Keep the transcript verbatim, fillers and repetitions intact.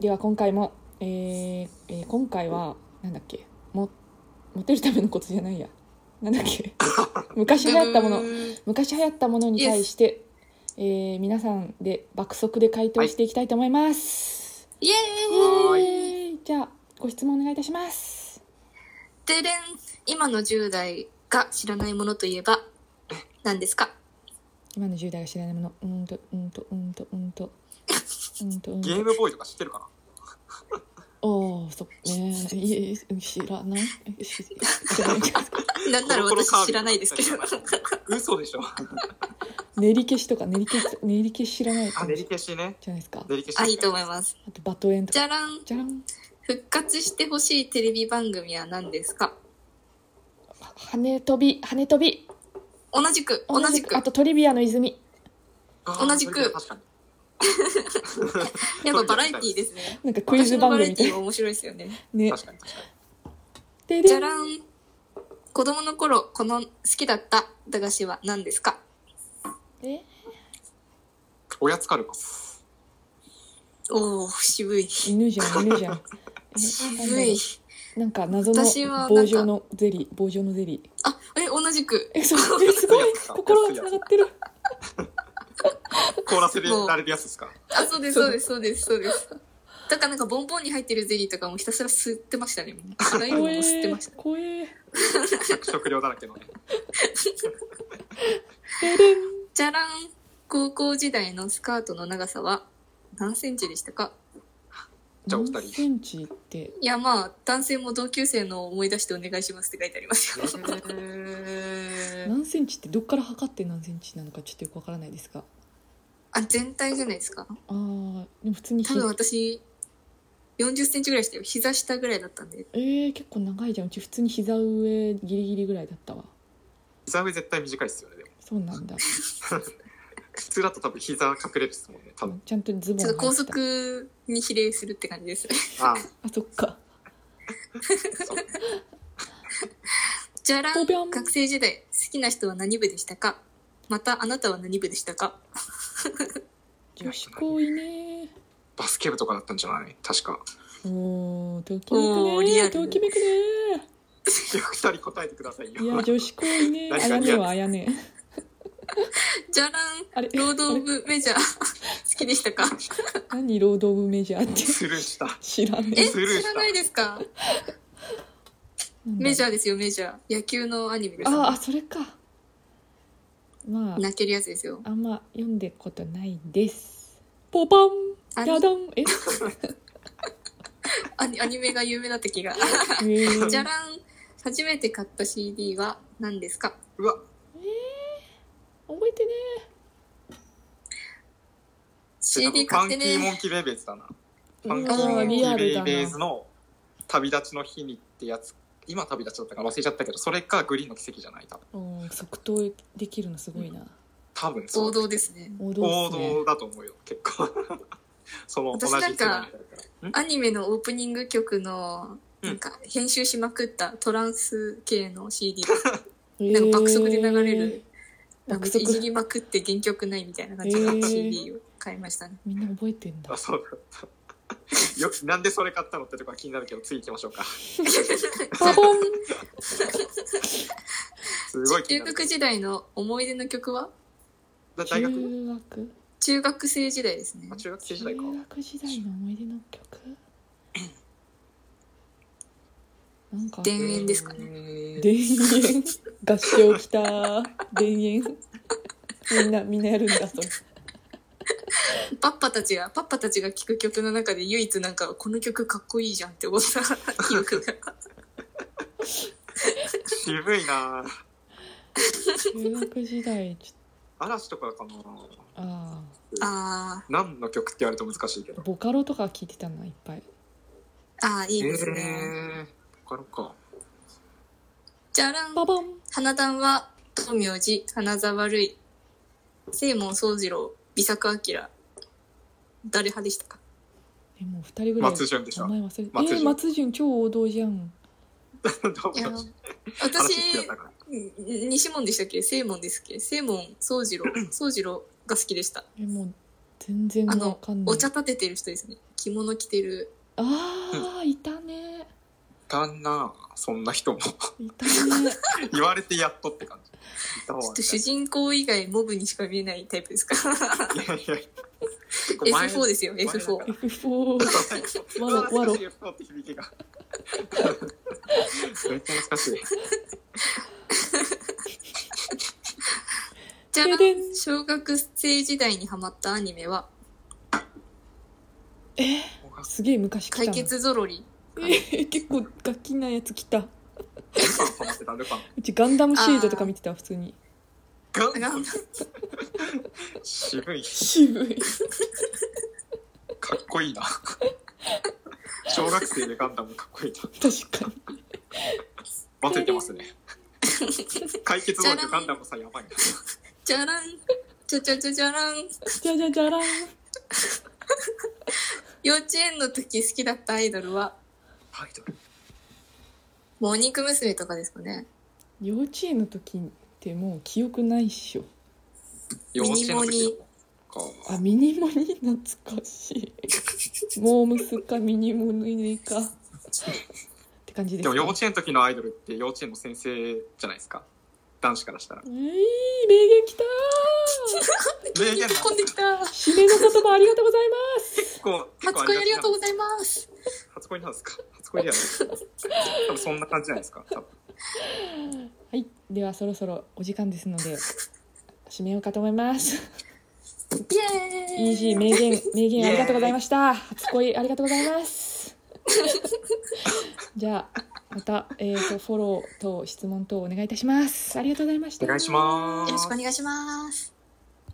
では今回も、えーえー、今回はなんだっけ、もモテるためのコツじゃないや、なんだっけ昔流行ったもの昔流行ったものに対して、えー、皆さんで爆速で回答していきたいと思います、 はい、イエーイ。 じゃあご質問お願いいたします。 ででん、今のじゅう代が知らないものといえば何ですか？ 今のじゅう代が知らないもの、うんとうんとうんとうんとうんとうんとゲームボーイとか知ってるかな？ おー、そっね、いえ知らない知らないなんなら私知らないですけど嘘でしょ練り消しとか練り消し練り消し知らないかあ、練り消しね。 じゃないですか。 練り消し、 あ、いいと思います。 あとバトエンとか。 じゃらん。 じゃらん。 復活してほしいテレビ番組は何ですか？ 羽飛び羽飛び。 同じく同じく。 あとトリビアの泉。 同じく。 確かにやっぱバラエティーですね。 なんかクイズ番組みたいな。 私のバラエティー面白いですよね。 ね。 確かに確かに。 じゃらん。子供の頃この好きだった駄菓子は何ですか？ え？ おやつカルパス。 おー、渋い。 犬じゃん犬じゃん。 渋い。 なんか謎の棒状のゼリー棒状のゼリー。 あ、え同じく。 え、そう、えすごい心がつながってる。 凍らせられるやつですか？ あ、そうですそうですそうですそうです。だからなんかボンボンに入ってるゼリーとかもひたすら吸ってましたね。あらゆるもの吸ってました。 怖え。 食料だらけのね。 じゃらん。高校時代のスカートの長さは何センチでしたか？ じゃあお二人。 何センチって。 いやまあ男性も同級生の思い出してお願いしますって書いてありますよ。 何センチってどっから測って何センチなのかちょっとよくわからないですが。 あ、全体じゃないですか。 ああ、でも普通に多分私よんじゅっセンチぐらいしたよ。膝下ぐらいだったんで。 えー、結構長いじゃん。うち普通に膝上ギリギリぐらいだったわ。 膝上絶対短いっすよね。でもそうなんだ。 普通だと多分膝隠れるっすもんね。多分ちゃんとズボンちょっと高速に比例するって感じですね。 ああ、そっか。 じゃらん。学生時代好きな人は何部でしたか？またあなたは何部でしたか？ 女子校いね。 バスケ部とかだったんじゃない？確か。 おー、ときめくねー。ときめくねー。ふたり答えてくださいよ。 いや、女子校いねー。あやねはあやね。 じゃらん。ロード・オブ・メジャー好きでしたか？ 何ロード・オブ・メジャーって。 スルーした。 知らねえ。え、知らないですか？メジャーですよ、メジャー。野球のアニメです、ね。 ああ、それか。まあ、 泣けるやつですよ。 あんま読んでことないです。ポパンやだん。えアニアニメが有名だった気が。じゃらん。初めて買った シーディー は何ですか？ うわ。 えー、覚えてねー。 シーディー 買ってねー。 ファンキーモンキーベイベーズだな。ファンキーモンキーベイベーズの旅立ちの日にってやつ。今旅立ちだったか忘れちゃったけど、それかグリーンの奇跡じゃない？多分。即答できるのすごいな。 多分そう。 王道ですね。 王道ですね。 王道だと思うよ、結構。その同じ私なんかアニメのオープニング曲のなんか編集しまくったトランス系の シーディー なんか爆速で流れる、えー、なんかいじりまくって原曲ないみたいな感じの シーディー を買いましたね。 みんな覚えてんだ。 あ、そうだった。よくなんでそれ買ったのってとこは気になるけど、次行きましょうか。 パボンすごい中学時代の思い出の曲は？ 大学？ 中学中学生時代ですね。 あ、中学生時代か。 中学時代の思い出の曲なんか田園ですかね。 田園合唱きた田園みんなみんなやるんだそれ。 パッパたちがパッパたちが聴く曲の中で唯一なんかこの曲かっこいいじゃんって思った記憶が。 渋いな。 中学時代ちょ嵐とかかな。 ああ。 何の曲って言われると難しいけど。 ボカロとか聴いてたないっぱい。 ああ、いいですね。 えー、ボカロか。 じゃらん。 ババン。 花壇は道明寺、花沢類、清門宗次郎、美作明。誰派でしたか？ え、もう二人ぐらい。 松潤でしょ。 名前忘れて。えー、松潤超王道じゃん。 いや私西門でしたっけ？清門ですっけ？清門宗次郎宗次郎が好きでした。 え、もう全然あわかんない。 のお茶立ててる人ですね。着物着てる。 ああ、いたね。 だなそんな人もいたね。 言われてやっとって感じ。いたわちょっと主人公以外モブにしか見えないタイプですか？ いやいやエフフォー ですよ、エフフォー。 エフフォー。わろわろ。 エフフォーって響きがめっちゃ懐かしい。 じゃあ小学生時代にハマったアニメはえー、すげえ昔来た解決ぞろり。 えー、結構ガキなやつ来た。 ルパンハマってたルパン。 うちガンダムシールドとか見てた普通に。 ガンダム渋い渋い。 かっこいいな。小学生でガンダムかっこいいな。 確かに。 バテてますね。解決能力ガンダムさんやばいな。 じゃらんじゃじゃじゃじゃらんじゃじゃじゃらん。 幼稚園の時好きだったアイドルはアイドルモーニング娘。とかですかね。 幼稚園の時ってもう記憶ないっしょ。 幼稚園の時か。 あ、ミニモニ懐かしい。モームスかミニモニかって感じですか。 でも幼稚園の時のアイドルって幼稚園の先生じゃないですか、男子からしたら。 えー、名言きたー名言飛んできた。 締めの言葉ありがとうございます。 結構初恋ありがとうございます。 初恋なんですか。初恋ではない多分そんな感じじゃないですか多分。 はい、ではそろそろお時間ですので締めようかと思います。 イエーイ。 イージー名言名言ありがとうございました。初恋ありがとうございます。じゃあまた、えー、とフォロー等質問等お願いいたします。ありがとうございました。 お願いします。 よろしくお願いします。